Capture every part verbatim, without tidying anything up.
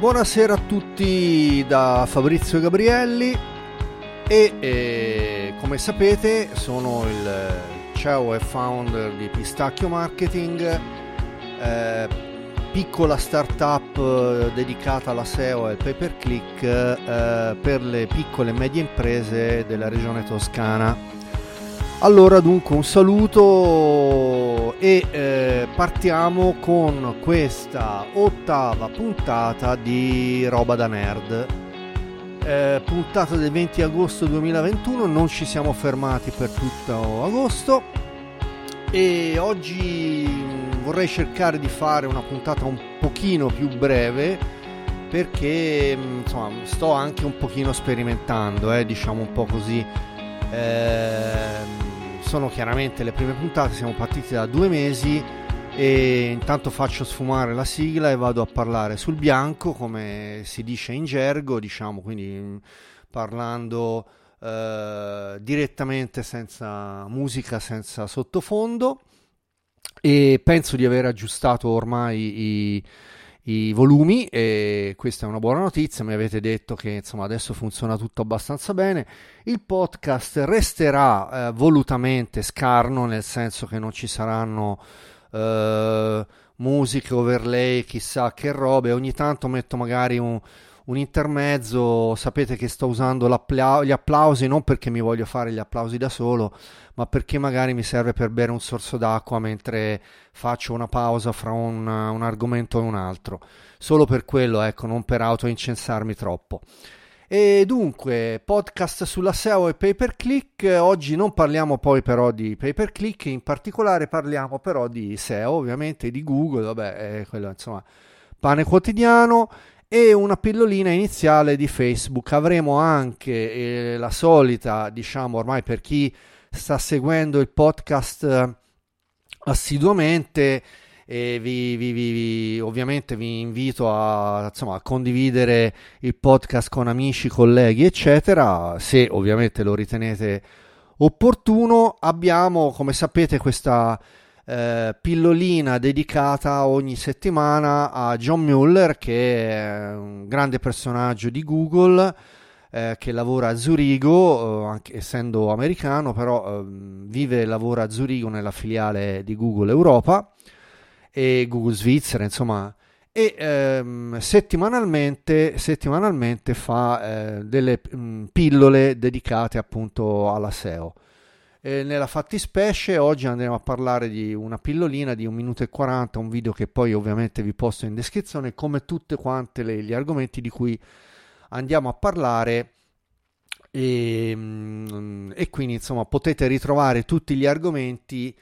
Buonasera a tutti da Fabrizio Gabrielli e eh, come sapete sono il C E O e founder di Pistacchio Marketing, eh, piccola startup dedicata alla S E O e al pay per click eh, per le piccole e medie imprese della regione toscana. Allora dunque un saluto e eh, partiamo con questa ottava puntata di Roba da Nerd. Eh, puntata del venti agosto duemilaventuno, non ci siamo fermati per tutto agosto e oggi vorrei cercare di fare una puntata un pochino più breve perché insomma sto anche un pochino sperimentando, eh, diciamo un po' così. Eh, sono chiaramente le prime puntate, siamo partiti da due mesi e intanto faccio sfumare la sigla e vado a parlare sul bianco, come si dice in gergo, diciamo, quindi parlando eh, direttamente, senza musica, senza sottofondo, e penso di aver aggiustato ormai i i volumi e questa è una buona notizia. Mi avete detto che insomma adesso funziona tutto abbastanza bene. Il podcast resterà eh, volutamente scarno, nel senso che non ci saranno eh, musiche, overlay, chissà che robe. Ogni tanto metto magari un, un intermezzo. Sapete che sto usando gli applausi non perché mi voglio fare gli applausi da solo, ma perché magari mi serve per bere un sorso d'acqua mentre faccio una pausa fra un, un argomento e un altro, solo per quello, ecco, non per autoincensarmi troppo. E dunque, podcast sulla S E O e pay per click. Oggi non parliamo poi però di pay per click, in particolare parliamo però di S E O, ovviamente, di Google, vabbè, è quello, insomma, pane quotidiano, e una pillolina iniziale di Facebook. Avremo anche eh, la solita, diciamo, ormai per chi sta seguendo il podcast assiduamente, e vi, vi, vi, vi ovviamente vi invito a, insomma, a condividere il podcast con amici, colleghi, eccetera, se ovviamente lo ritenete opportuno. Abbiamo, come sapete, questa eh, pillolina dedicata ogni settimana a John Mueller, che è un grande personaggio di Google, Eh, che lavora a Zurigo, eh, anche essendo americano, però eh, vive e lavora a Zurigo nella filiale di Google Europa e Google Svizzera, insomma, e ehm, settimanalmente, settimanalmente fa eh, delle mh, pillole dedicate appunto alla S E O. E nella fattispecie oggi andremo a parlare di una pillolina di un minuto e quaranta, un video che poi ovviamente vi posto in descrizione, come tutte quante le, gli argomenti di cui andiamo a parlare, e, e quindi insomma potete ritrovare tutti gli argomenti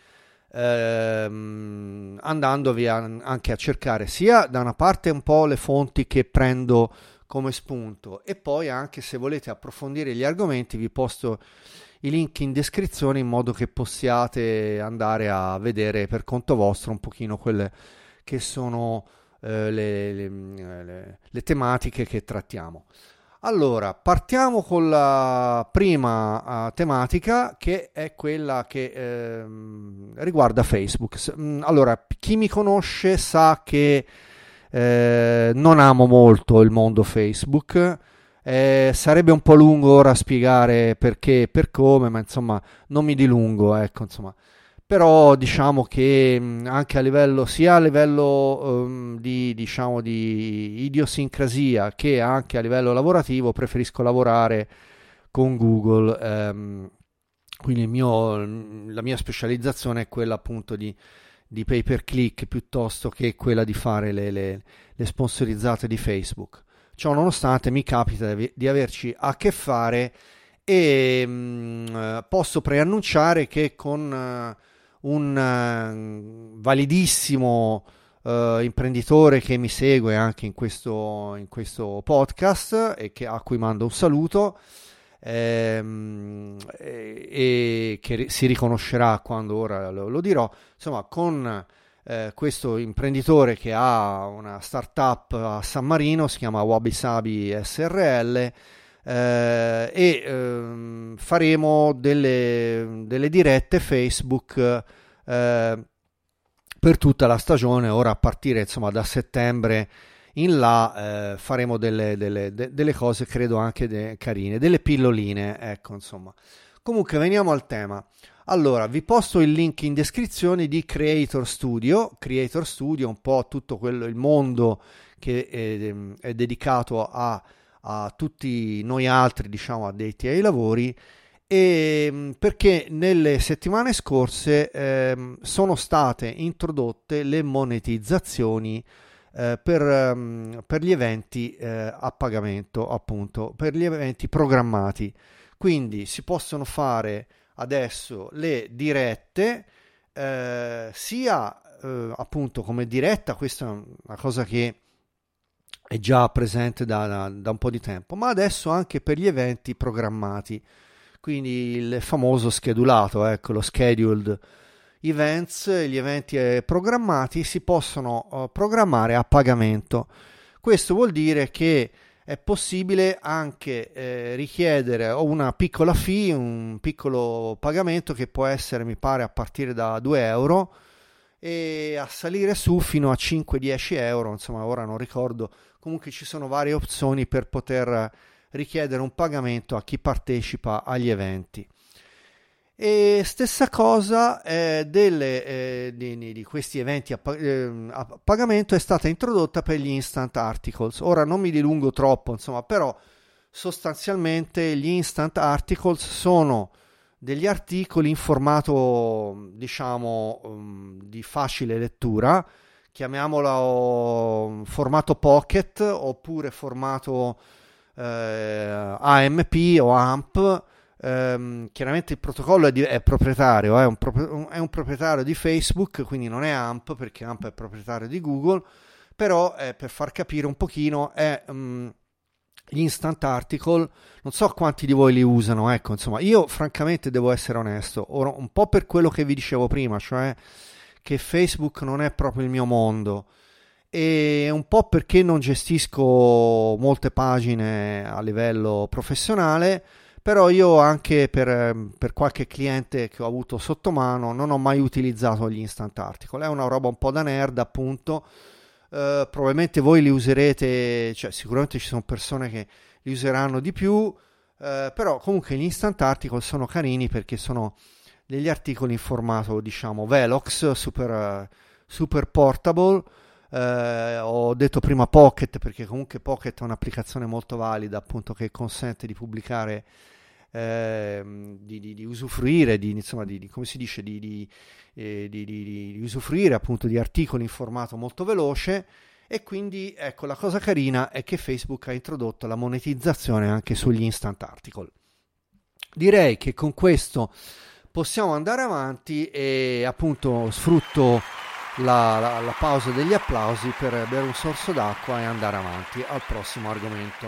ehm, andandovi a, anche a cercare sia da una parte un po' le fonti che prendo come spunto, e poi anche, se volete approfondire gli argomenti, vi posto i link in descrizione in modo che possiate andare a vedere per conto vostro un pochino quelle che sono Le, le, le, le tematiche che trattiamo. Allora, partiamo con la prima uh, tematica, che è quella che eh, riguarda Facebook. Allora, chi mi conosce sa che eh, non amo molto il mondo Facebook. Eh, sarebbe un po' lungo ora spiegare perché e per come, ma insomma non mi dilungo, ecco, insomma. Però diciamo che anche a livello, sia a livello um, di, diciamo, di idiosincrasia che anche a livello lavorativo, preferisco lavorare con Google. Um, quindi il mio, la mia specializzazione è quella appunto di, di pay per click piuttosto che quella di fare le, le, le sponsorizzate di Facebook. Ciò nonostante mi capita di, di averci a che fare e um, posso preannunciare che con... Uh, un uh, validissimo uh, imprenditore che mi segue anche in questo, in questo podcast e che, a cui mando un saluto, ehm, e, e che si riconoscerà quando ora lo, lo dirò, insomma, con eh, questo imprenditore che ha una startup a San Marino, si chiama Wabi Sabi S R L, eh, e eh, faremo delle, delle dirette Facebook eh, per tutta la stagione, ora a partire insomma da settembre in là eh, faremo delle, delle, de, delle cose credo anche de, carine, delle pilloline, ecco, insomma. Comunque veniamo al tema. Allora, vi posto il link in descrizione di Creator Studio. Creator Studio è un po' tutto quello, il mondo che è, è dedicato a, a tutti noi altri, diciamo, addetti ai lavori, e perché nelle settimane scorse eh, sono state introdotte le monetizzazioni eh, per, um, per gli eventi eh, a pagamento, appunto, per gli eventi programmati. Quindi si possono fare adesso le dirette eh, sia eh, appunto come diretta, questa è una cosa che è già presente da, da, da un po' di tempo, ma adesso anche per gli eventi programmati, quindi il famoso schedulato, ecco, lo scheduled events, gli eventi programmati si possono uh, programmare a pagamento. Questo vuol dire che è possibile anche eh, richiedere una piccola fee, un piccolo pagamento che può essere, mi pare, a partire da due euro e a salire su fino a cinque dieci euro, insomma ora non ricordo, comunque ci sono varie opzioni per poter richiedere un pagamento a chi partecipa agli eventi. E stessa cosa eh, delle, eh, di, di questi eventi a, eh, a pagamento è stata introdotta per gli instant articles. Ora non mi dilungo troppo, insomma, però sostanzialmente gli instant articles sono degli articoli in formato, diciamo, um, di facile lettura, chiamiamolo formato pocket oppure formato eh, A M P o A M P. Um, chiaramente il protocollo è, di, è proprietario, è un, pro, è un proprietario di Facebook, quindi non è A M P, perché A M P è proprietario di Google, però è, per far capire un pochino, è um, gli instant article, non so quanti di voi li usano, ecco, insomma, io francamente devo essere onesto, ora, un po' per quello che vi dicevo prima, cioè che Facebook non è proprio il mio mondo, e un po' perché non gestisco molte pagine a livello professionale. Però io anche per, per qualche cliente che ho avuto sotto mano non ho mai utilizzato gli instant article, è una roba un po' da nerd, appunto. Uh, probabilmente voi li userete, cioè sicuramente ci sono persone che li useranno di più, uh, però comunque gli instant article sono carini perché sono degli articoli in formato, diciamo, Velox, super, uh, super portable. Uh, ho detto prima Pocket perché comunque Pocket è un'applicazione molto valida, appunto, che consente di pubblicare, eh, di, di, di usufruire, di, insomma, di, di, come si dice, di, di, eh, di, di, di usufruire appunto di articoli in formato molto veloce. E quindi ecco, la cosa carina è che Facebook ha introdotto la monetizzazione anche sugli instant article. Direi che con questo possiamo andare avanti e appunto sfrutto La, la, la pausa degli applausi per bere un sorso d'acqua e andare avanti al prossimo argomento.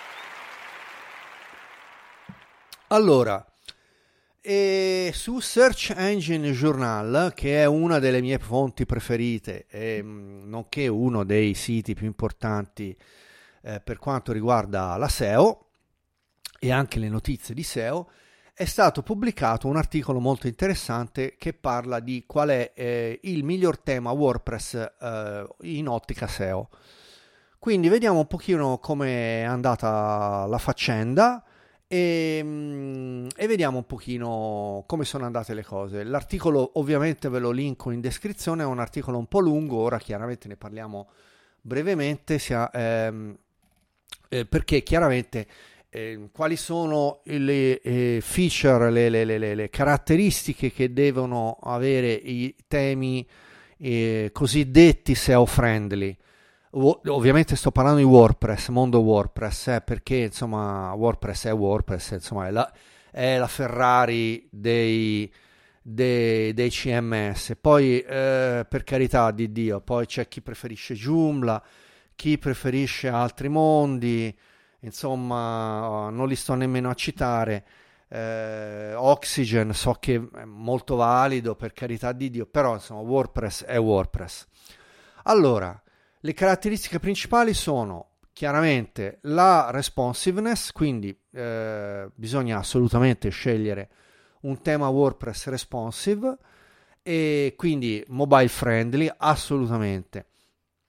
Allora, e su Search Engine Journal, che è una delle mie fonti preferite, e, nonché uno dei siti più importanti eh, per quanto riguarda la S E O e anche le notizie di S E O, è stato pubblicato un articolo molto interessante che parla di qual è eh, il miglior tema WordPress eh, in ottica S E O. Quindi vediamo un pochino come è andata la faccenda e, mm, e vediamo un pochino come sono andate le cose. L'articolo ovviamente ve lo linko in descrizione, è un articolo un po' lungo, ora chiaramente ne parliamo brevemente, sia, ehm, eh, perché chiaramente Eh, quali sono le eh, feature, le, le, le, le caratteristiche che devono avere i temi eh, cosiddetti S E O friendly. O, ovviamente sto parlando di WordPress, mondo WordPress, eh, perché insomma WordPress è WordPress, insomma è la, è la Ferrari dei, dei, dei C M S. Poi eh, per carità di Dio, poi c'è chi preferisce Joomla, chi preferisce altri mondi. Insomma, non li sto nemmeno a citare. Eh, Oxygen so che è molto valido, per carità di Dio, però insomma WordPress è WordPress. Allora, le caratteristiche principali sono chiaramente la responsiveness, quindi eh, bisogna assolutamente scegliere un tema WordPress responsive e quindi mobile friendly, assolutamente.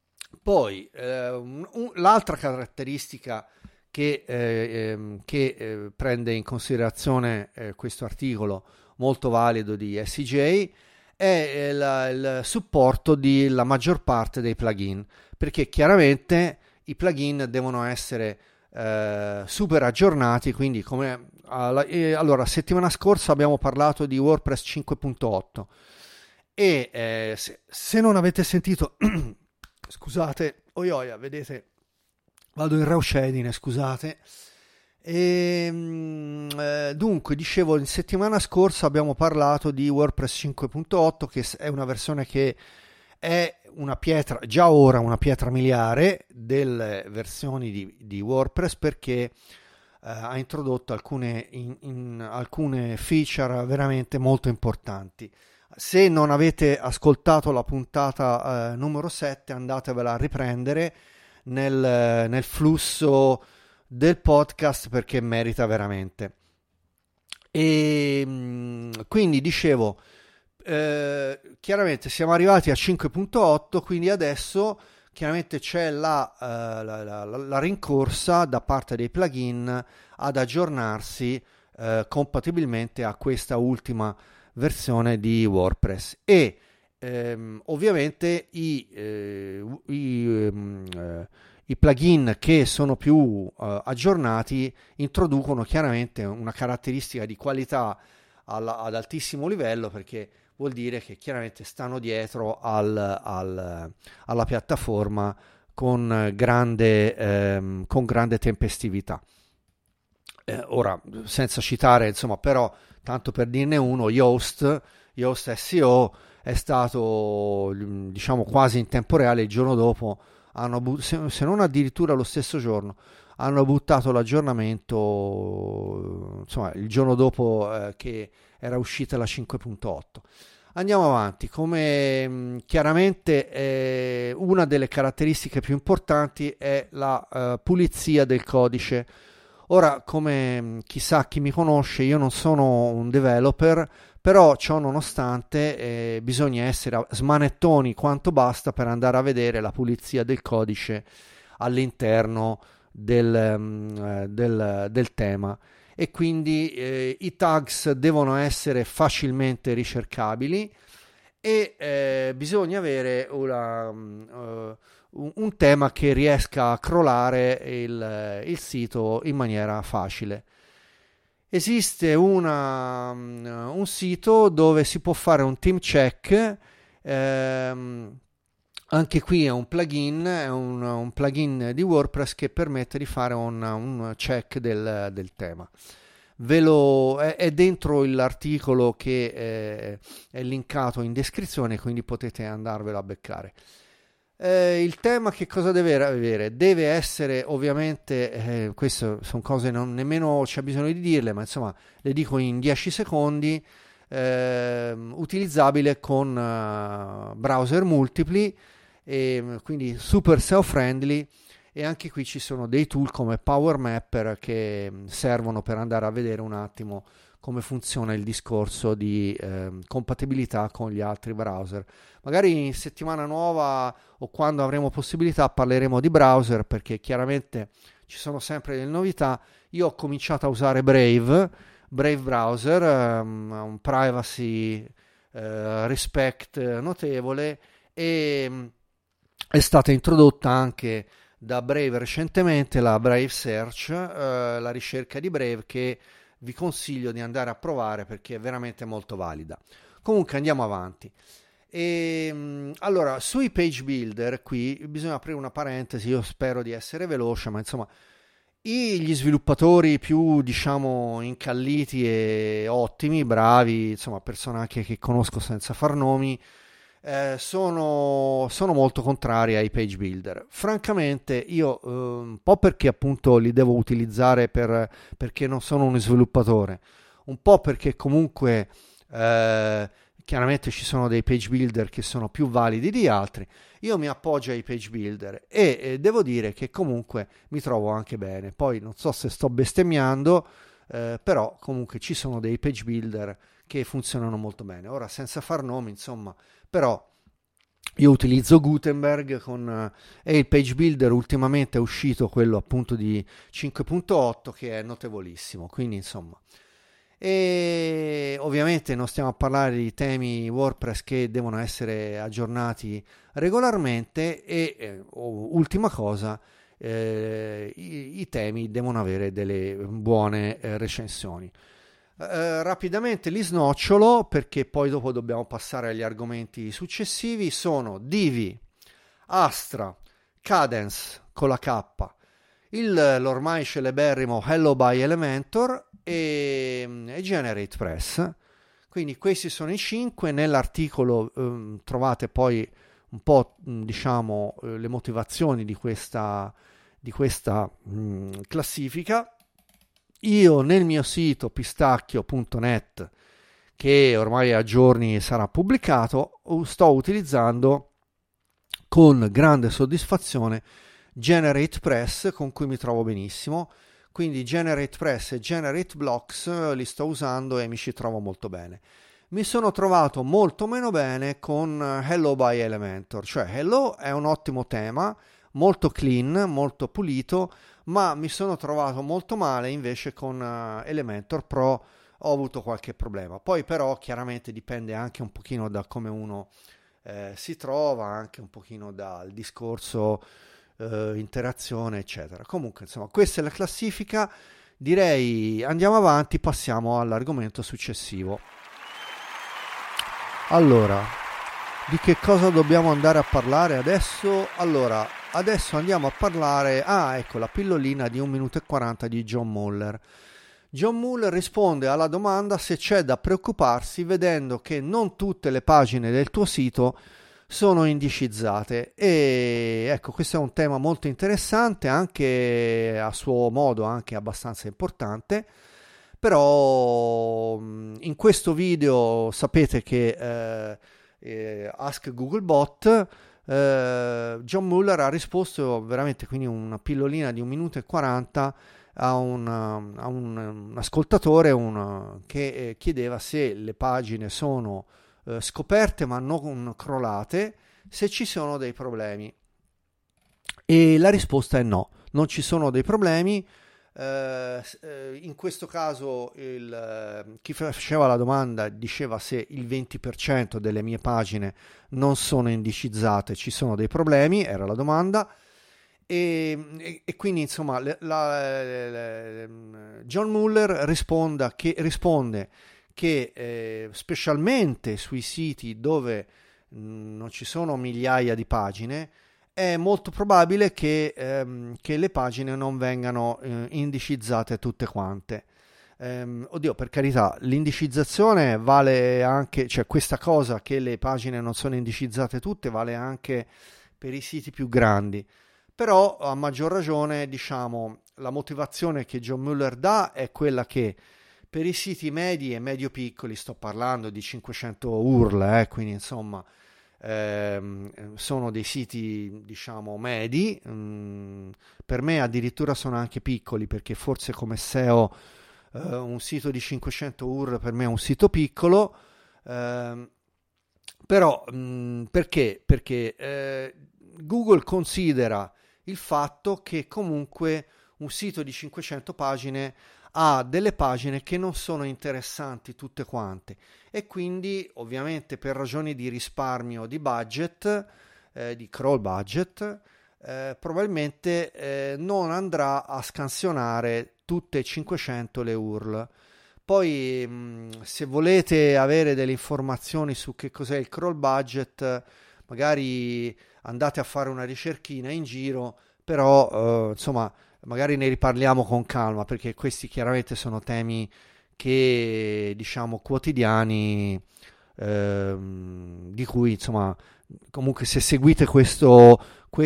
Poi eh, un, un, l'altra caratteristica che, eh, ehm, che eh, prende in considerazione eh, questo articolo molto valido di S C J è la, il supporto della maggior parte dei plugin, perché chiaramente i plugin devono essere eh, super aggiornati, quindi come eh, allora settimana scorsa abbiamo parlato di WordPress cinque punto otto e eh, se, se non avete sentito scusate, oioia, vedete, vado in raw shading, scusate. E, eh, dunque, dicevo, in settimana scorsa abbiamo parlato di WordPress cinque punto otto, che è una versione che è una pietra, già ora una pietra miliare delle versioni di, di WordPress, perché eh, ha introdotto alcune, in, in, alcune feature veramente molto importanti. Se non avete ascoltato la puntata eh, numero sette, andatevela a riprendere nel, nel flusso del podcast, perché merita veramente. E quindi dicevo, eh, chiaramente siamo arrivati a cinque punto otto, quindi adesso chiaramente c'è la, uh, la, la, la rincorsa da parte dei plugin ad aggiornarsi uh, compatibilmente a questa ultima versione di WordPress, e ehm, ovviamente i, eh, i, eh, i plugin che sono più eh, aggiornati introducono chiaramente una caratteristica di qualità alla, ad altissimo livello, perché vuol dire che chiaramente stanno dietro al, al, alla piattaforma con grande, ehm, con grande tempestività. Eh, ora, senza citare, insomma, però, tanto per dirne uno, Yoast, Yoast S E O è stato, diciamo, quasi in tempo reale, il giorno dopo, hanno but- se, se non addirittura lo stesso giorno, hanno buttato l'aggiornamento, insomma, il giorno dopo eh, che era uscita la cinque punto otto. Andiamo avanti. Come mh, chiaramente eh, una delle caratteristiche più importanti è la uh, pulizia del codice. Ora, come chissà chi mi conosce, io non sono un developer, però ciò nonostante eh, bisogna essere smanettoni quanto basta per andare a vedere la pulizia del codice all'interno del, um, del, del tema, e quindi eh, i tags devono essere facilmente ricercabili e eh, bisogna avere una, uh, un tema che riesca a crawlare il, il sito in maniera facile. Esiste una, un sito dove si può fare un team check, ehm, anche qui è un plugin, è un, un plugin di WordPress che permette di fare un, un check del, del tema. Ve lo, è, è dentro l'articolo che è, è linkato in descrizione, quindi potete andarvelo a beccare. Eh, il tema che cosa deve avere? Deve essere ovviamente, eh, queste sono cose non nemmeno c'è bisogno di dirle, ma insomma le dico in dieci secondi, eh, utilizzabile con uh, browser multipli, e quindi super S E O friendly, e anche qui ci sono dei tool come Power Mapper che servono per andare a vedere un attimo come funziona il discorso di eh, compatibilità con gli altri browser. Magari in settimana nuova o quando avremo possibilità parleremo di browser, perché chiaramente ci sono sempre delle novità. Io ho cominciato a usare Brave, Brave Browser, um, un privacy uh, respect notevole, e um, è stata introdotta anche da Brave recentemente la Brave Search, uh, la ricerca di Brave, che vi consiglio di andare a provare perché è veramente molto valida. Comunque andiamo avanti. E, allora, sui page builder qui bisogna aprire una parentesi, io spero di essere veloce, ma insomma gli sviluppatori più, diciamo, incalliti e ottimi, bravi, insomma persone anche che conosco senza far nomi, eh, sono, sono molto contrari ai page builder. Francamente io eh, un po' perché appunto li devo utilizzare per, perché non sono uno sviluppatore, un po' perché comunque eh, chiaramente ci sono dei page builder che sono più validi di altri. Io mi appoggio ai page builder e eh, devo dire che comunque mi trovo anche bene. Poi non so se sto bestemmiando, eh, però comunque ci sono dei page builder che funzionano molto bene. Ora, senza far nomi, insomma, però Io utilizzo Gutenberg con, e il Page Builder ultimamente è uscito quello appunto di cinque punto otto che è notevolissimo, quindi insomma. E ovviamente non stiamo a parlare di temi WordPress che devono essere aggiornati regolarmente e eh, ultima cosa, eh, i, i temi devono avere delle buone eh, recensioni. Uh, rapidamente li snocciolo perché poi dopo dobbiamo passare agli argomenti successivi. Sono Divi, Astra, Cadence con la K, il, l'ormai celeberrimo Hello by Elementor e, e GeneratePress. Quindi questi sono i cinque. Nell'articolo um, trovate poi un po' diciamo le motivazioni di questa, di questa um, classifica. Io nel mio sito pistacchio punto net, che ormai a giorni sarà pubblicato, sto utilizzando con grande soddisfazione GeneratePress, con cui mi trovo benissimo. Quindi GeneratePress e GenerateBlocks li sto usando e mi ci trovo molto bene. Mi sono trovato molto meno bene con Hello by Elementor, cioè Hello è un ottimo tema, molto clean, molto pulito, ma mi sono trovato molto male invece con uh, Elementor Pro, ho avuto qualche problema. Poi però chiaramente dipende anche un pochino da come uno eh, si trova, anche un pochino dal discorso eh, interazione eccetera. Comunque insomma questa è la classifica, direi andiamo avanti, passiamo all'argomento successivo. Allora, di che cosa dobbiamo andare a parlare adesso? Allora, adesso andiamo a parlare, ah ecco, la pillolina di un minuto e quaranta di John Mueller. John Mueller risponde alla domanda se c'è da preoccuparsi vedendo che non tutte le pagine del tuo sito sono indicizzate. E ecco, questo è un tema molto interessante, anche a suo modo anche abbastanza importante. Però in questo video sapete che eh, eh, Ask Googlebot, eh, John Mueller ha risposto veramente, quindi una pillolina di un minuto e quaranta a un, a un, un ascoltatore un, che eh, chiedeva se le pagine sono eh, scoperte ma non crollate, se ci sono dei problemi, e la risposta è no, non ci sono dei problemi. Uh, in questo caso il, uh, chi faceva la domanda diceva se il venti per cento delle mie pagine non sono indicizzate, ci sono dei problemi, era la domanda. E, e, e quindi insomma la, la, la, John Mueller risponda che, risponde che eh, specialmente sui siti dove mh, non ci sono migliaia di pagine è molto probabile che, ehm, che le pagine non vengano eh, indicizzate tutte quante. Ehm, oddio, per carità, l'indicizzazione vale anche, cioè questa cosa che le pagine non sono indicizzate tutte vale anche per i siti più grandi. Però a maggior ragione, diciamo, la motivazione che John Mueller dà è quella che per i siti medi e medio-piccoli, sto parlando di cinquecento U R L, eh, quindi insomma Eh, sono dei siti diciamo medi, mm, per me addirittura sono anche piccoli, perché forse come S E O eh, un sito di cinquecento U R L per me è un sito piccolo, eh, però mh, perché? Perché eh, Google considera il fatto che comunque un sito di cinquecento pagine ha delle pagine che non sono interessanti tutte quante, e quindi ovviamente per ragioni di risparmio di budget, eh, di crawl budget, eh, probabilmente eh, non andrà a scansionare tutte e cinquecento le U R L. Poi mh, se volete avere delle informazioni su che cos'è il crawl budget, magari andate a fare una ricerchina in giro, però eh, insomma magari ne riparliamo con calma, perché questi chiaramente sono temi che diciamo quotidiani, ehm, di cui insomma comunque se seguite questo,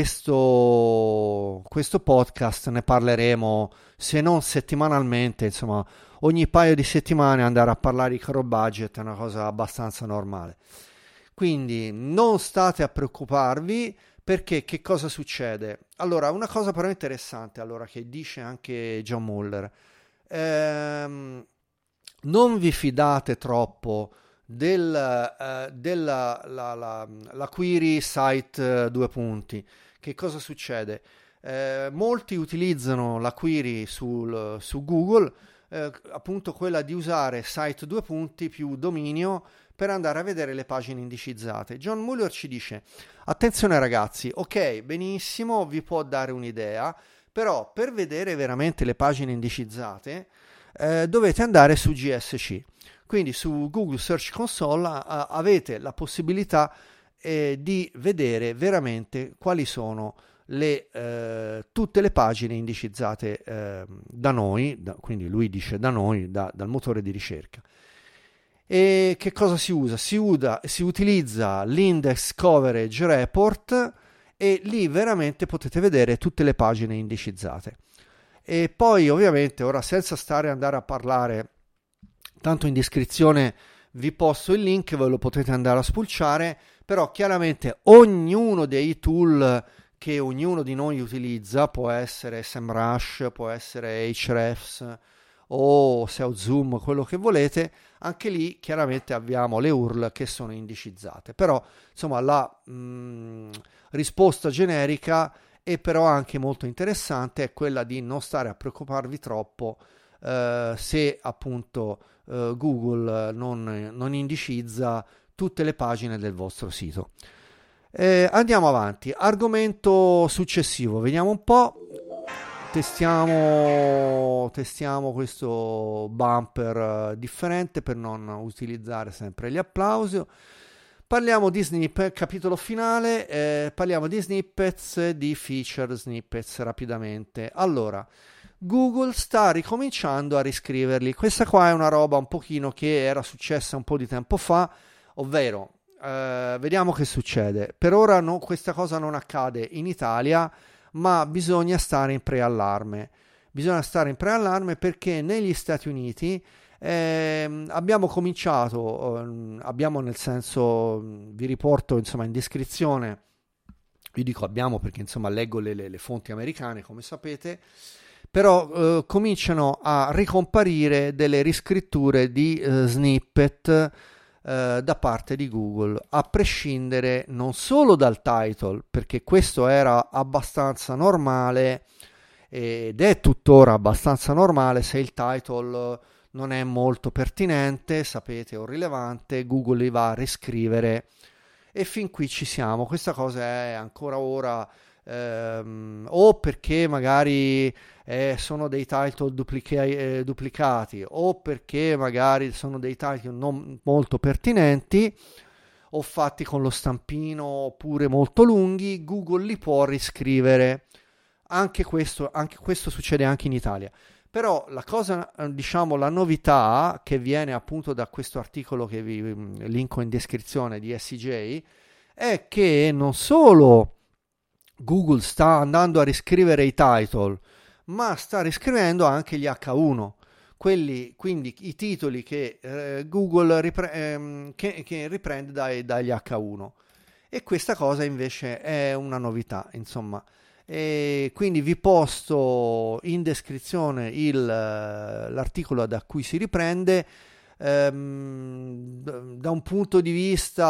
questo, questo podcast ne parleremo, se non settimanalmente, insomma ogni paio di settimane andare a parlare di crawl budget è una cosa abbastanza normale. Quindi non state a preoccuparvi, perché che cosa succede? Allora, una cosa però interessante, allora, che dice anche John Mueller, ehm, non vi fidate troppo del, uh, della la, la, la query site uh, due punti. Che cosa succede? Eh, molti utilizzano la query sul, su Google, eh, appunto quella di usare site due punti più dominio per andare a vedere le pagine indicizzate. John Mueller ci dice: attenzione ragazzi, ok, benissimo, vi può dare un'idea, però per vedere veramente le pagine indicizzate eh, dovete andare su G S C. Quindi su Google Search Console a, avete la possibilità eh, di vedere veramente quali sono le, eh, tutte le pagine indicizzate eh, da noi, da, quindi lui dice da noi, da, dal motore di ricerca. E che cosa si usa? Si, usa, si utilizza l'Index Coverage Report e lì veramente potete vedere tutte le pagine indicizzate. E poi ovviamente, ora senza stare ad andare a parlare, tanto in descrizione vi posto il link, ve lo potete andare a spulciare, però chiaramente ognuno dei tool che ognuno di noi utilizza, può essere SEMrush, può essere Hrefs o SEOzoom, quello che volete, anche lì chiaramente abbiamo le U R L che sono indicizzate, però insomma la mh, risposta generica e però anche molto interessante è quella di non stare a preoccuparvi troppo eh, se appunto eh, Google non, non indicizza tutte le pagine del vostro sito. Eh, andiamo avanti, argomento successivo, vediamo un po', testiamo, testiamo questo bumper differente per non utilizzare sempre gli applausi. Parliamo di snippet, capitolo finale, eh, parliamo di snippets, di feature snippets rapidamente. Allora, Google sta ricominciando a riscriverli. Questa qua è una roba un pochino che era successa un po' di tempo fa, ovvero, eh, vediamo che succede. Per ora no, questa cosa non accade in Italia, ma bisogna stare in preallarme. Bisogna stare in preallarme perché negli Stati Uniti Eh, abbiamo cominciato, eh, abbiamo nel senso, vi riporto insomma in descrizione, io dico abbiamo perché insomma leggo le, le, le fonti americane come sapete, però eh, cominciano a ricomparire delle riscritture di eh, snippet eh, da parte di Google, a prescindere non solo dal title, perché questo era abbastanza normale ed è tuttora abbastanza normale se il title non è molto pertinente, sapete, o rilevante, Google li va a riscrivere e fin qui ci siamo. Questa cosa è ancora ora ehm, o perché magari eh, sono dei title duplica- eh, duplicati o perché magari sono dei title non molto pertinenti o fatti con lo stampino oppure molto lunghi, Google li può riscrivere. Anche questo, anche questo succede anche in Italia. Però la cosa, diciamo, la novità che viene appunto da questo articolo che vi linko in descrizione di S C J è che non solo Google sta andando a riscrivere i title, ma sta riscrivendo anche gli H uno, quelli, quindi i titoli che eh, Google ripre- ehm, che, che riprende dai, dagli H uno. E questa cosa invece è una novità, insomma. E quindi vi posto in descrizione il, l'articolo da cui si riprende. Ehm, da un punto di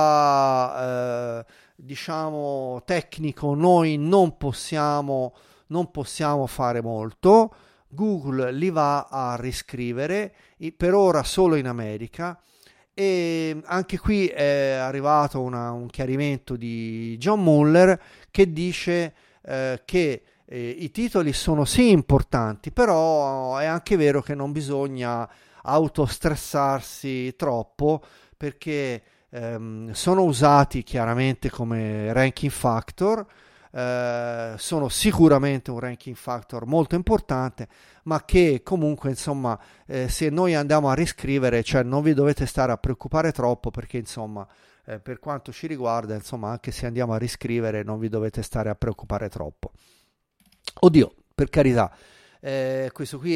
vista eh, diciamo tecnico noi non possiamo, non possiamo fare molto. Google li va a riscrivere per ora solo in America e anche qui è arrivato una, un chiarimento di John Mueller che dice Eh, che eh, i titoli sono sì importanti, però è anche vero che non bisogna autostressarsi troppo perché ehm, sono usati chiaramente come ranking factor, eh, sono sicuramente un ranking factor molto importante, ma che comunque insomma eh, se noi andiamo a riscrivere, cioè non vi dovete stare a preoccupare troppo perché insomma Eh, per quanto ci riguarda, insomma, anche se andiamo a riscrivere, non vi dovete stare a preoccupare troppo. Oddio, per carità, eh, questo qui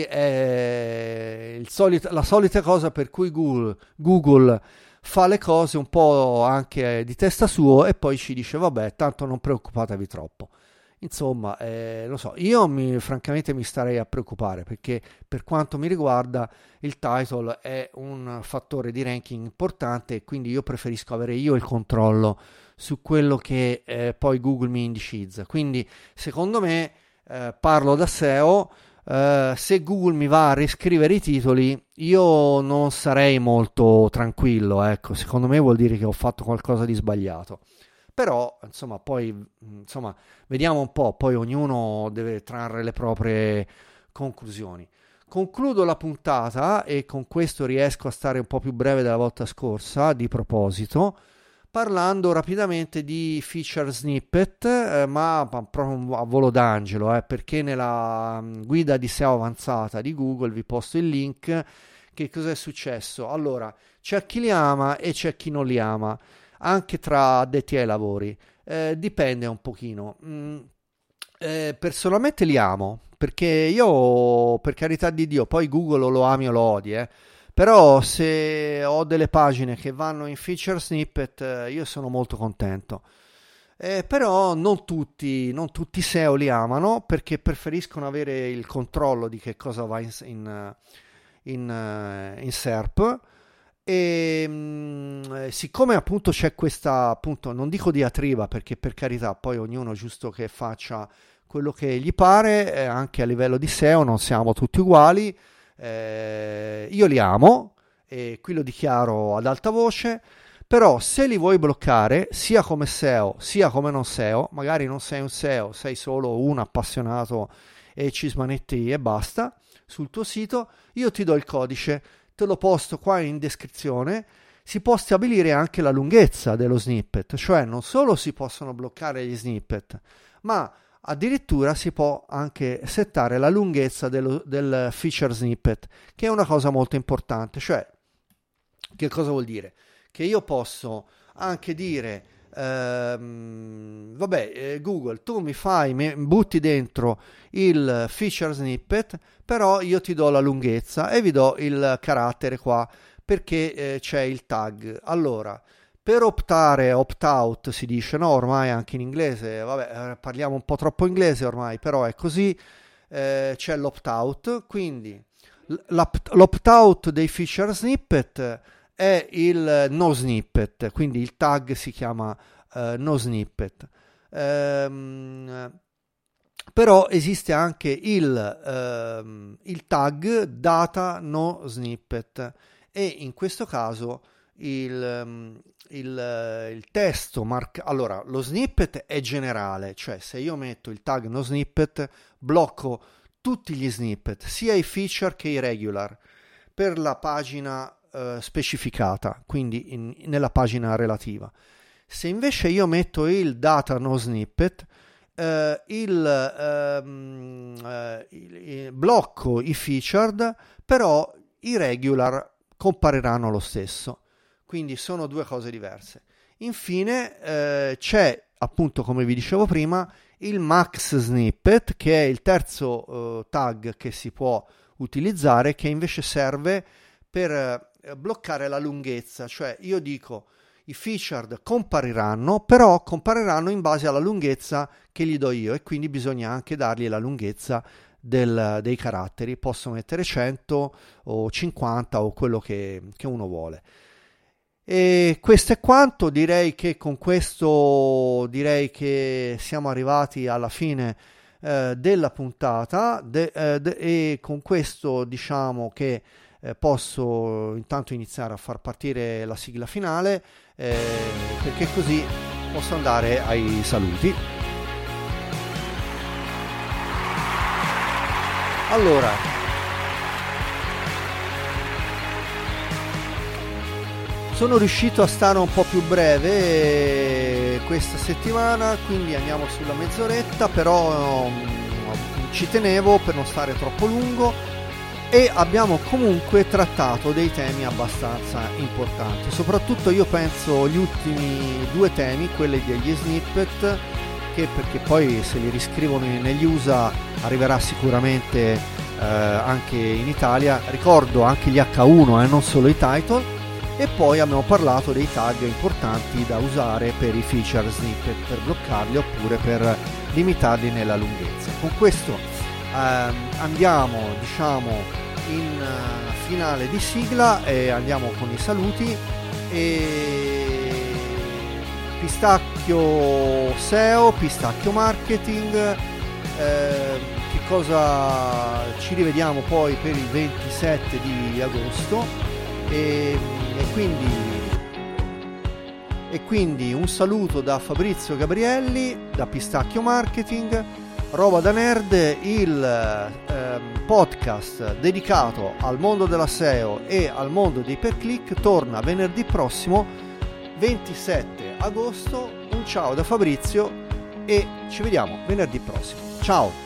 è il solito, la solita cosa per cui Google, Google fa le cose un po' anche di testa sua e poi ci dice, vabbè, tanto non preoccupatevi troppo. Insomma, eh, lo so, io mi, francamente mi starei a preoccupare, perché per quanto mi riguarda il title è un fattore di ranking importante, e quindi io preferisco avere io il controllo su quello che eh, poi Google mi indicizza. Quindi secondo me, eh, parlo da S E O, eh, se Google mi va a riscrivere i titoli io non sarei molto tranquillo, ecco, secondo me vuol dire che ho fatto qualcosa di sbagliato. Però, insomma, poi, insomma, vediamo un po', poi ognuno deve trarre le proprie conclusioni. Concludo la puntata, e con questo riesco a stare un po' più breve della volta scorsa, di proposito, parlando rapidamente di feature snippet, eh, ma proprio a volo d'angelo, eh, perché nella guida di S E O avanzata di Google vi posto il link. Che cosa è successo? Allora, c'è chi li ama e c'è chi non li ama, anche tra addetti ai lavori, eh, dipende un pochino. Mm, eh, personalmente li amo, perché io, per carità di Dio, poi Google o lo ami o lo odi, eh, però se ho delle pagine che vanno in feature snippet, eh, io sono molto contento. Eh, però non tutti, non tutti S E O li amano, perché preferiscono avere il controllo di che cosa va in, in, in, in S E R P. E mh, siccome appunto c'è questa, appunto, non dico diatriba, perché per carità poi ognuno è giusto che faccia quello che gli pare, eh, anche a livello di S E O non siamo tutti uguali, eh, io li amo e qui lo dichiaro ad alta voce. Però se li vuoi bloccare, sia come S E O sia come non S E O, magari non sei un S E O, sei solo un appassionato e ci smanetti e basta sul tuo sito, io ti do il codice, te lo posto qua in descrizione. Si può stabilire anche la lunghezza dello snippet, cioè non solo si possono bloccare gli snippet, ma addirittura si può anche settare la lunghezza dello, del feature snippet, che è una cosa molto importante. Cioè, che cosa vuol dire? Che io posso anche dire, ehm, vabbè, eh, Google, tu mi fai, mi butti dentro il feature snippet, però io ti do la lunghezza e vi do il carattere qua, perché eh, c'è il tag. Allora, per optare, opt-out si dice, no? Ormai anche in inglese, vabbè, eh, parliamo un po' troppo inglese ormai, però è così, eh, c'è l'opt-out, quindi l'opt-out dei feature snippet è il no snippet, quindi il tag si chiama uh, no snippet. Ehm, però esiste anche il, ehm, il tag data no snippet, e in questo caso il, il, il testo marca. Allora, lo snippet è generale, cioè se io metto il tag no snippet blocco tutti gli snippet, sia i feature che i regular, per la pagina Uh, specificata, quindi in, nella pagina relativa. Se invece io metto il data no snippet, uh, il, um, uh, il, il blocco i featured, però i regular compariranno lo stesso, quindi sono due cose diverse. Infine uh, c'è, appunto, come vi dicevo prima, il max snippet, che è il terzo uh, tag che si può utilizzare, che invece serve per bloccare la lunghezza. Cioè io dico i featured compariranno, però compariranno in base alla lunghezza che gli do io, e quindi bisogna anche dargli la lunghezza del, dei caratteri. Posso mettere cento o cinquanta o quello che, che uno vuole. E questo è quanto. Direi che con questo direi che siamo arrivati alla fine eh, della puntata de, eh, de, e con questo diciamo che Eh, posso intanto iniziare a far partire la sigla finale, eh, perché così posso andare ai saluti. Allora, sono riuscito a stare un po' più breve questa settimana, quindi andiamo sulla mezz'oretta, però um, ci tenevo per non stare troppo lungo. E abbiamo comunque trattato dei temi abbastanza importanti, soprattutto io penso gli ultimi due temi, quelli degli snippet, che perché poi se li riscrivono negli U S A arriverà sicuramente eh, anche in Italia, ricordo anche gli H uno e eh, non solo i title, e poi abbiamo parlato dei tag importanti da usare per i feature snippet, per bloccarli oppure per limitarli nella lunghezza. Con questo ehm, andiamo diciamo in uh, finale di sigla e andiamo con i saluti. E Pistacchio S E O, Pistacchio Marketing, eh, che cosa ci rivediamo poi per il ventisette di agosto e, e quindi e quindi un saluto da Fabrizio Gabrielli da Pistacchio Marketing. Roba da Nerd, il eh, podcast dedicato al mondo della S E O e al mondo dei per click torna venerdì prossimo ventisette agosto. Un ciao da Fabrizio e ci vediamo venerdì prossimo. Ciao!